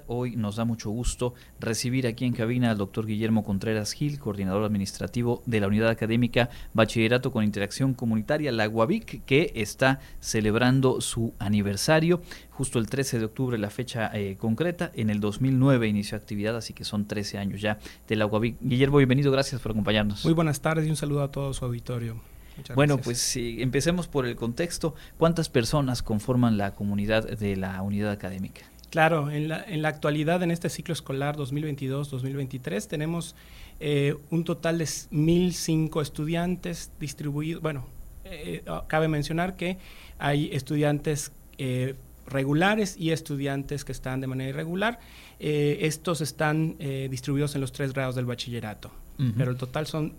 Comunidad. Hoy nos da mucho gusto recibir aquí en cabina al doctor Guillermo Contreras Gil, coordinador administrativo de la Unidad Académica Bachillerato con Interacción Comunitaria, la UABIC, que está celebrando su aniversario. Justo el 13 de octubre, la fecha concreta. En el 2009 inició actividad, así que son 13 años ya de la UABIC. Guillermo, bienvenido, gracias por acompañarnos. Muy buenas tardes y un saludo a todo su auditorio. Bueno, pues empecemos por el contexto. ¿Cuántas personas conforman la comunidad de la unidad académica? Claro, en la actualidad, en este ciclo escolar 2022-2023, tenemos un total de 1,005 estudiantes distribuidos. Bueno, cabe mencionar que hay estudiantes regulares y estudiantes que están de manera irregular. Estos están distribuidos en los 3 grados del bachillerato, pero el total son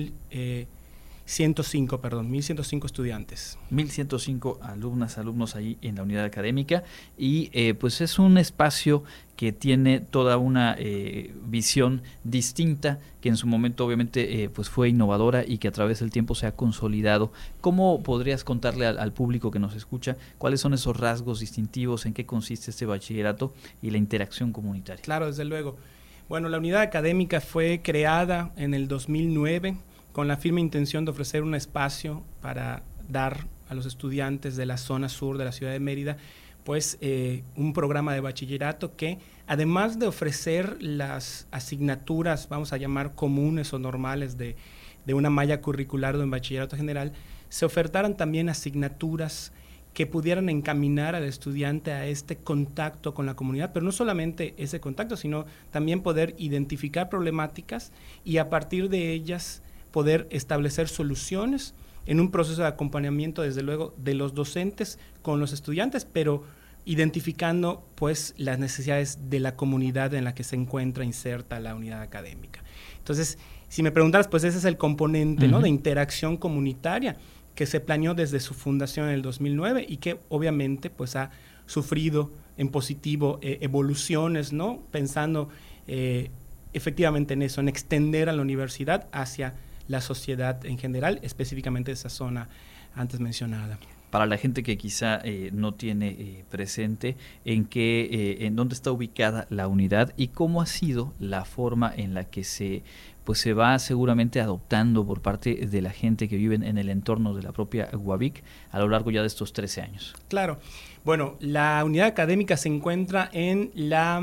1,105 estudiantes. 1,105 alumnos ahí en la unidad académica y pues es un espacio que tiene toda una visión distinta, que en su momento obviamente pues fue innovadora y que a través del tiempo se ha consolidado. ¿Cómo podrías contarle al público que nos escucha cuáles son esos rasgos distintivos, en qué consiste este bachillerato y la interacción comunitaria? Claro, desde luego. Bueno, la unidad académica fue creada en el 2009 con la firme intención de ofrecer un espacio para dar a los estudiantes de la zona sur de la ciudad de Mérida, pues un programa de bachillerato que, además de ofrecer las asignaturas, vamos a llamar comunes o normales de una malla curricular de un bachillerato general, se ofertaran también asignaturas que pudieran encaminar al estudiante a este contacto con la comunidad, pero no solamente ese contacto, sino también poder identificar problemáticas y a partir de ellas poder establecer soluciones en un proceso de acompañamiento, desde luego, de los docentes con los estudiantes, pero identificando pues las necesidades de la comunidad en la que se encuentra inserta la unidad académica. Entonces, si me preguntas, pues ese es el componente, ¿no?, de interacción comunitaria que se planeó desde su fundación en el 2009 y que obviamente pues ha sufrido en positivo evoluciones, ¿no?, pensando efectivamente en eso, en extender a la universidad hacia la sociedad en general, específicamente esa zona antes mencionada. Para la gente que quizá no tiene presente en dónde está ubicada la unidad y cómo ha sido la forma en la que se va seguramente adoptando por parte de la gente que vive en el entorno de la propia UABIC a lo largo ya de estos 13 años. Claro. Bueno, la unidad académica se encuentra en la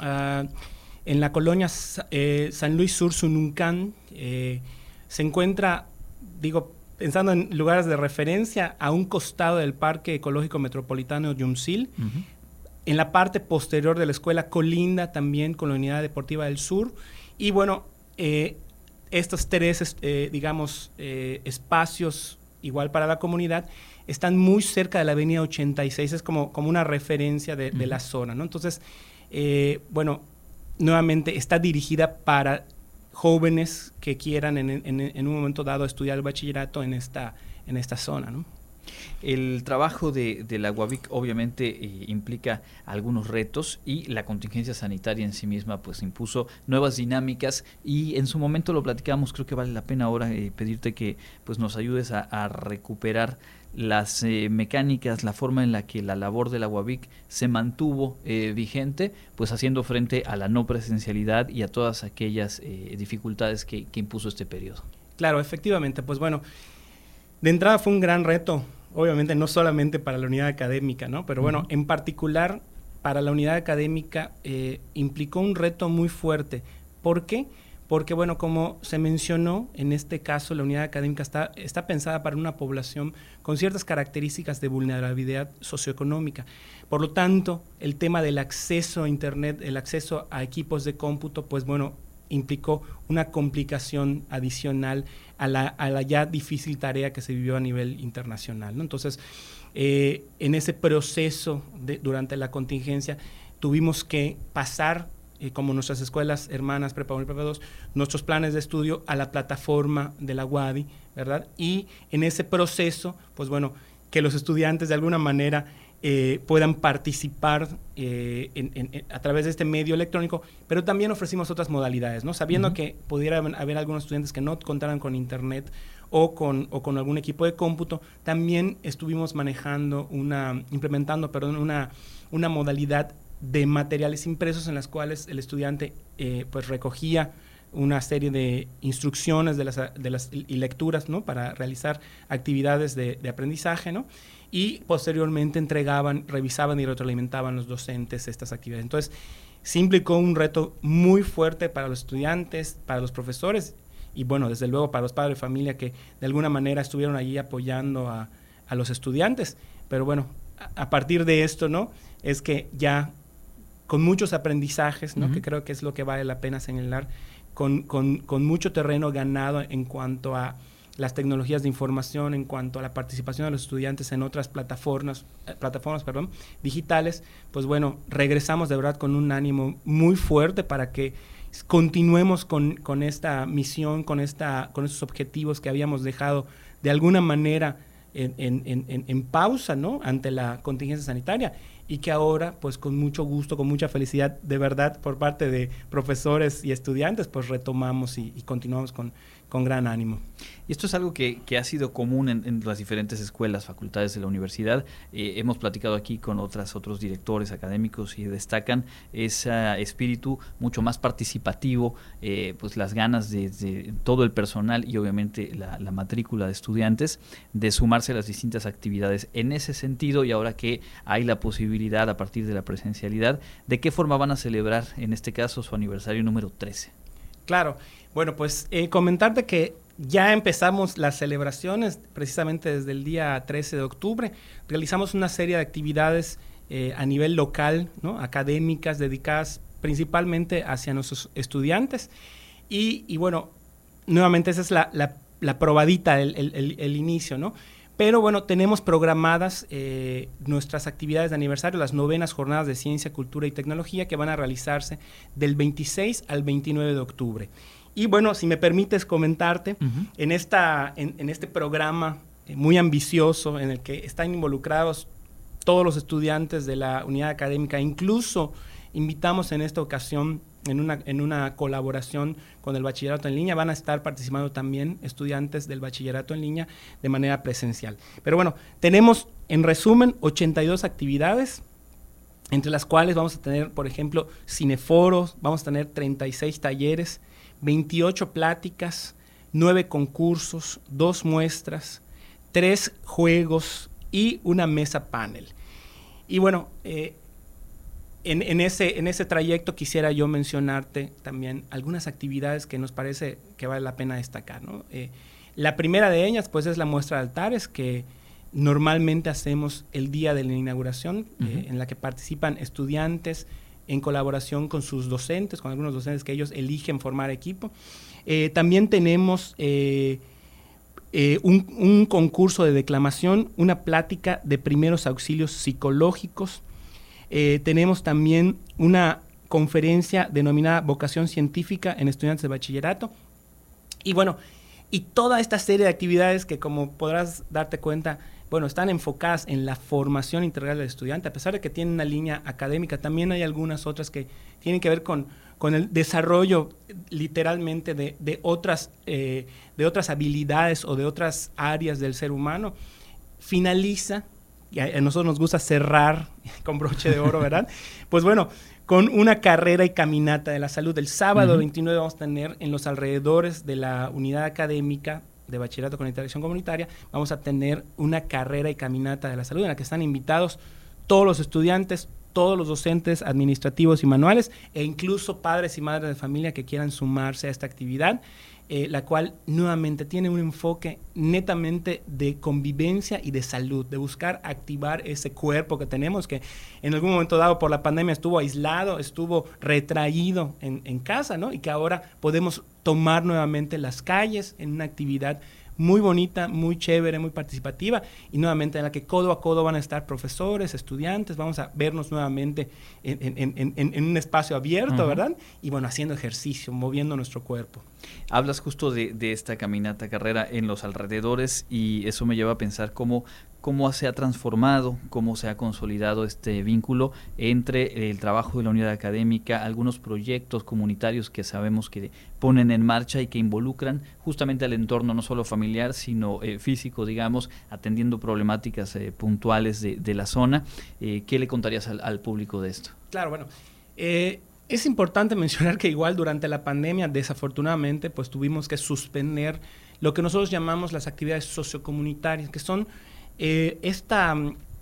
colonia San Luis Sur, Sununcán. Se encuentra, pensando en lugares de referencia, a un costado del Parque Ecológico Metropolitano Yumsil. En la parte posterior de la escuela colinda también con la Unidad Deportiva del Sur. Y bueno, estos 3, espacios, igual para la comunidad, están muy cerca de la avenida 86, es como una referencia de la zona, ¿no? Entonces, nuevamente está dirigida para jóvenes que quieran en un momento dado estudiar el bachillerato en esta zona, ¿no? El trabajo de la UABIC obviamente implica algunos retos y la contingencia sanitaria en sí misma pues impuso nuevas dinámicas y en su momento lo platicamos. Creo que vale la pena ahora pedirte que pues nos ayudes a recuperar las mecánicas, la forma en la que la labor de la UABIC se mantuvo vigente, pues haciendo frente a la no presencialidad y a todas aquellas dificultades que impuso este periodo. Claro, efectivamente, pues bueno, de entrada fue un gran reto, obviamente no solamente para la unidad académica, ¿no? Pero bueno, en particular para la unidad académica implicó un reto muy fuerte. ¿Por qué? Porque, bueno, como se mencionó, en este caso la unidad académica está pensada para una población con ciertas características de vulnerabilidad socioeconómica. Por lo tanto, el tema del acceso a Internet, el acceso a equipos de cómputo, pues bueno, implicó una complicación adicional a la ya difícil tarea que se vivió a nivel internacional, ¿no? Entonces, en ese proceso durante la contingencia, tuvimos que pasar como nuestras escuelas hermanas, Prepa 1 y Prepa 2, nuestros planes de estudio a la plataforma de la UADY, ¿verdad? Y en ese proceso, pues bueno, que los estudiantes de alguna manera puedan participar a través de este medio electrónico, pero también ofrecimos otras modalidades, ¿no? Sabiendo que pudiera haber algunos estudiantes que no contaran con internet o con algún equipo de cómputo, también estuvimos implementando una modalidad de materiales impresos en las cuales el estudiante pues recogía una serie de instrucciones y lecturas, ¿no?, para realizar actividades de aprendizaje, ¿no?, y posteriormente revisaban y retroalimentaban los docentes estas actividades. Entonces, sí implicó un reto muy fuerte para los estudiantes, para los profesores y, bueno, desde luego para los padres de familia que de alguna manera estuvieron allí apoyando a los estudiantes. Pero bueno, a partir de esto, ¿no?, es que ya con muchos aprendizajes, ¿no?, que creo que es lo que vale la pena señalar, con mucho terreno ganado en cuanto a las tecnologías de información, en cuanto a la participación de los estudiantes en otras plataformas digitales, pues bueno, regresamos de verdad con un ánimo muy fuerte para que continuemos con esta misión, con estos objetivos que habíamos dejado de alguna manera en pausa, ¿no?, ante la contingencia sanitaria, y que ahora, pues con mucho gusto, con mucha felicidad, de verdad, por parte de profesores y estudiantes, pues retomamos y continuamos con gran ánimo. Y esto es algo que ha sido común en las diferentes escuelas, facultades de la universidad. Hemos platicado aquí con otros directores académicos y destacan ese espíritu mucho más participativo, pues las ganas de todo el personal y obviamente la matrícula de estudiantes de sumarse a las distintas actividades. En ese sentido, y ahora que hay la posibilidad a partir de la presencialidad, ¿de qué forma van a celebrar en este caso su aniversario número 13? Claro, bueno, pues comentarte que ya empezamos las celebraciones precisamente desde el día 13 de octubre. Realizamos una serie de actividades a nivel local, ¿no?, académicas, dedicadas principalmente hacia nuestros estudiantes. Y bueno, nuevamente esa es la probadita, el inicio, ¿no? Pero bueno, tenemos programadas nuestras actividades de aniversario, las 9ª Jornadas de Ciencia, Cultura y Tecnología, que van a realizarse del 26 al 29 de octubre. Y bueno, si me permites comentarte, en este programa muy ambicioso en el que están involucrados todos los estudiantes de la unidad académica, incluso invitamos en esta ocasión en una colaboración con el bachillerato en línea, van a estar participando también estudiantes del bachillerato en línea de manera presencial. Pero bueno, tenemos en resumen 82 actividades, entre las cuales vamos a tener, por ejemplo, cineforos, vamos a tener 36 talleres, 28 pláticas, 9 concursos, 2 muestras, 3 juegos y una mesa panel. Y bueno, en ese trayecto quisiera yo mencionarte también algunas actividades que nos parece que vale la pena destacar, ¿no? La primera de ellas, pues, es la muestra de altares que normalmente hacemos el día de la inauguración, en la que participan estudiantes en colaboración con sus docentes, con algunos docentes que ellos eligen formar equipo. También tenemos un concurso de declamación, una plática de primeros auxilios psicológicos. Tenemos también una conferencia denominada Vocación Científica en Estudiantes de Bachillerato. Y bueno, y toda esta serie de actividades que, como podrás darte cuenta, bueno, están enfocadas en la formación integral del estudiante. A pesar de que tienen una línea académica, también hay algunas otras que tienen que ver con el desarrollo literalmente de otras habilidades o de otras áreas del ser humano. Finaliza, y a nosotros nos gusta cerrar con broche de oro, ¿verdad? Pues bueno, con una carrera y caminata de la salud. El sábado 29 vamos a tener en los alrededores de la unidad académica de Bachillerato con Integración Comunitaria, vamos a tener una carrera y caminata de la salud en la que están invitados todos los estudiantes, todos los docentes administrativos y manuales e incluso padres y madres de familia que quieran sumarse a esta actividad, la cual nuevamente tiene un enfoque netamente de convivencia y de salud, de buscar activar ese cuerpo que tenemos, que en algún momento dado por la pandemia estuvo aislado, estuvo retraído en casa, ¿no? Y que ahora podemos tomar nuevamente las calles en una actividad muy bonita, muy chévere, muy participativa y nuevamente en la que codo a codo van a estar profesores, estudiantes, vamos a vernos nuevamente en un espacio abierto, ¿verdad? Y bueno, haciendo ejercicio, moviendo nuestro cuerpo. Hablas justo de esta caminata, carrera en los alrededores y eso me lleva a pensar cómo cómo se ha transformado, cómo se ha consolidado este vínculo entre el trabajo de la unidad académica, algunos proyectos comunitarios que sabemos que ponen en marcha y que involucran justamente al entorno no solo familiar, sino físico, digamos, atendiendo problemáticas puntuales de la zona. ¿Qué le contarías al público de esto? Claro, bueno, es importante mencionar que igual durante la pandemia, desafortunadamente, pues tuvimos que suspender lo que nosotros llamamos las actividades sociocomunitarias, que son esta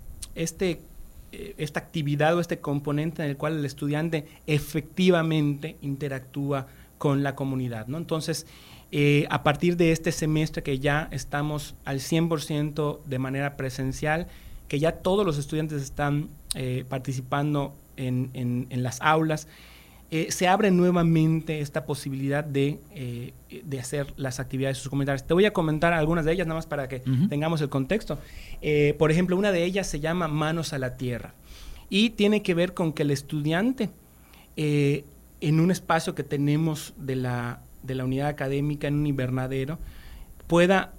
actividad o este componente en el cual el estudiante efectivamente interactúa con la comunidad, ¿no? Entonces, a partir de este semestre que ya estamos al 100% de manera presencial, que ya todos los estudiantes están participando en las aulas, se abre nuevamente esta posibilidad de hacer las actividades sociocomunitarias. Te voy a comentar algunas de ellas, nada más para que tengamos el contexto. Por ejemplo, una de ellas se llama Manos a la Tierra y tiene que ver con que el estudiante, en un espacio que tenemos de la unidad académica, en un invernadero, pueda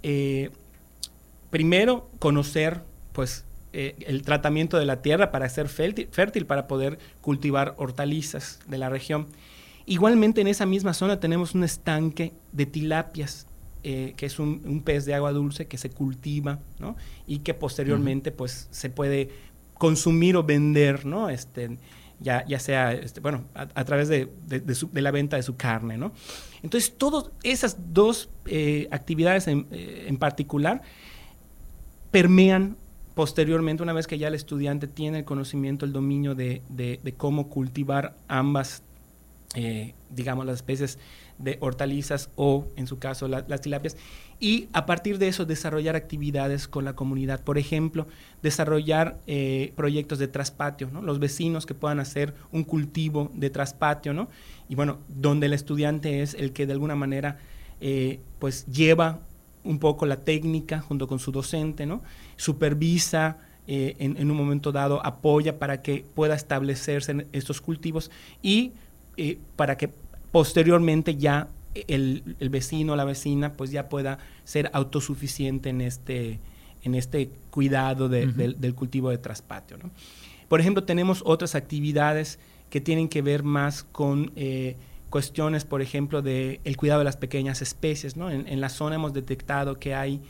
primero conocer, pues, el tratamiento de la tierra para ser fértil, para poder cultivar hortalizas de la región. Igualmente en esa misma zona tenemos un estanque de tilapias, que es un pez de agua dulce que se cultiva, ¿no? Y que posteriormente pues se puede consumir o vender, ¿no? Ya sea a través de la venta de su carne, ¿no? Entonces todas esas dos actividades en particular permean posteriormente, una vez que ya el estudiante tiene el conocimiento, el dominio de cómo cultivar ambas, digamos, las especies de hortalizas o, en su caso, las tilapias, y a partir de eso desarrollar actividades con la comunidad. Por ejemplo, desarrollar proyectos de traspatio, ¿no? Los vecinos que puedan hacer un cultivo de traspatio, ¿no? Y bueno, donde el estudiante es el que de alguna manera pues lleva un poco la técnica junto con su docente, ¿no? Supervisa, en un momento dado apoya para que pueda establecerse en estos cultivos y para que posteriormente ya el vecino o la vecina pues ya pueda ser autosuficiente en este cuidado del cultivo de traspatio, ¿no? Por ejemplo, tenemos otras actividades que tienen que ver más con cuestiones, por ejemplo, de el cuidado de las pequeñas especies, ¿no? En la zona hemos detectado que hay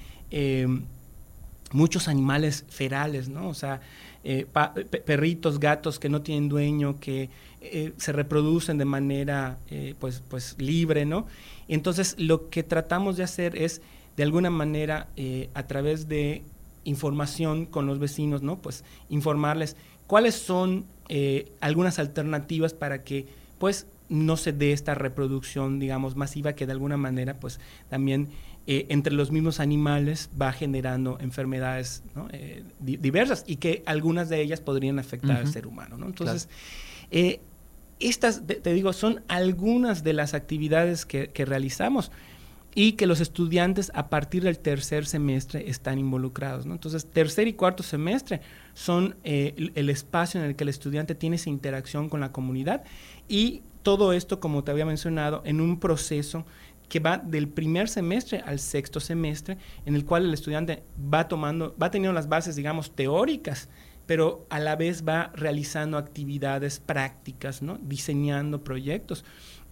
muchos animales ferales, ¿no? O sea, perritos, gatos que no tienen dueño, que se reproducen de manera pues libre, ¿no? Entonces, lo que tratamos de hacer es, de alguna manera, a través de información con los vecinos, ¿no? Pues informarles cuáles son algunas alternativas para que, pues, no se dé esta reproducción, digamos, masiva que de alguna manera, pues, también entre los mismos animales va generando enfermedades, ¿no? Diversas y que algunas de ellas podrían afectar al ser humano, ¿no? Entonces, claro. Estas, te digo, son algunas de las actividades que realizamos y que los estudiantes a partir del tercer semestre están involucrados, ¿no? Entonces, tercer y cuarto semestre son el espacio en el que el estudiante tiene esa interacción con la comunidad y todo esto, como te había mencionado, en un proceso que va del primer semestre al sexto semestre, en el cual el estudiante va teniendo las bases, digamos, teóricas, pero a la vez va realizando actividades prácticas, ¿no? Diseñando proyectos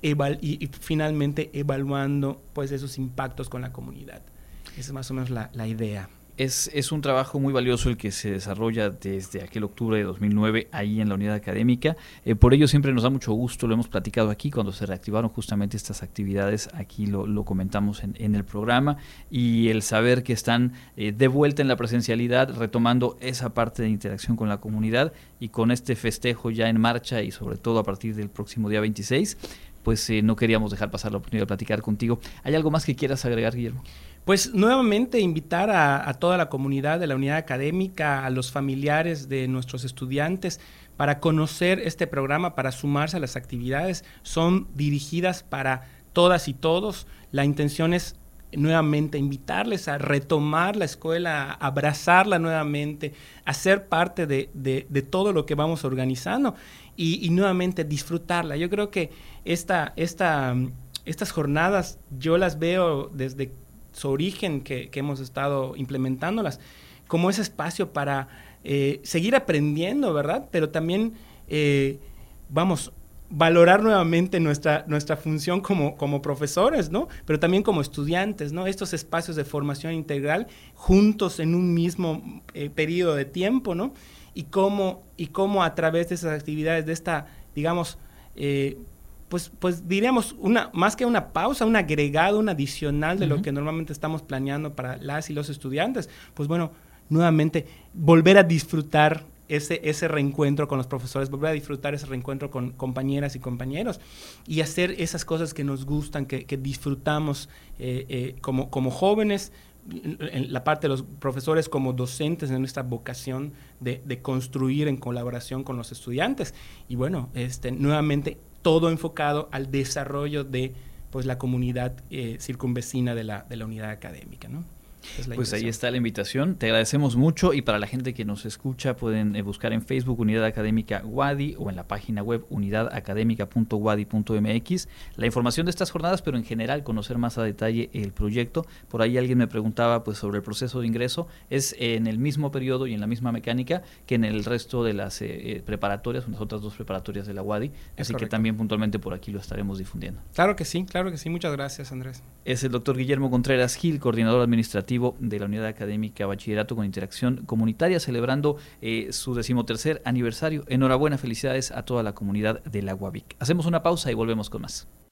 y finalmente evaluando pues esos impactos con la comunidad. Esa es más o menos la idea. Es un trabajo muy valioso el que se desarrolla desde aquel octubre de 2009 ahí en la unidad académica. Por ello siempre nos da mucho gusto, lo hemos platicado aquí cuando se reactivaron justamente estas actividades, aquí lo comentamos en el programa, y el saber que están de vuelta en la presencialidad, retomando esa parte de interacción con la comunidad y con este festejo ya en marcha y sobre todo a partir del próximo día 26, pues no queríamos dejar pasar la oportunidad de platicar contigo. ¿Hay algo más que quieras agregar, Guillermo? Pues nuevamente invitar a toda la comunidad de la unidad académica, a los familiares de nuestros estudiantes, para conocer este programa, para sumarse a las actividades. Son dirigidas para todas y todos. La intención es nuevamente invitarles a retomar la escuela, a abrazarla nuevamente, a ser parte de todo lo que vamos organizando y nuevamente disfrutarla. Yo creo que estas jornadas yo las veo desde su origen que hemos estado implementándolas como ese espacio para seguir aprendiendo, ¿verdad? Pero también, valorar nuevamente nuestra función como profesores, ¿no? Pero también como estudiantes, ¿no? Estos espacios de formación integral juntos en un mismo periodo de tiempo, ¿no? Y cómo a través de esas actividades, de esta, digamos, pues diríamos, más que una pausa, un agregado, un adicional de lo que normalmente estamos planeando para las y los estudiantes, pues bueno, nuevamente volver a disfrutar ese reencuentro con los profesores, volver a disfrutar ese reencuentro con compañeras y compañeros y hacer esas cosas que nos gustan, que disfrutamos como jóvenes, en la parte de los profesores como docentes, en nuestra vocación de construir en colaboración con los estudiantes. Y bueno, nuevamente todo enfocado al desarrollo de pues la comunidad circunvecina de la unidad académica, ¿no? Pues ahí está la invitación, te agradecemos mucho, y para la gente que nos escucha pueden buscar en Facebook Unidad Académica UADY o en la página web unidadacademica.wadi.mx la información de estas jornadas, pero en general conocer más a detalle el proyecto. Por ahí alguien me preguntaba pues sobre el proceso de ingreso, es en el mismo periodo y en la misma mecánica que en el resto de las preparatorias, en las otras dos preparatorias de la UADY, así que también puntualmente por aquí lo estaremos difundiendo. Claro que sí, muchas gracias, Andrés. Es el doctor Guillermo Contreras Gil, coordinador administrativo de la Unidad Académica Bachillerato con Interacción Comunitaria, celebrando su 13º aniversario. Enhorabuena, felicidades a toda la comunidad de la UABIC. Hacemos una pausa y volvemos con más.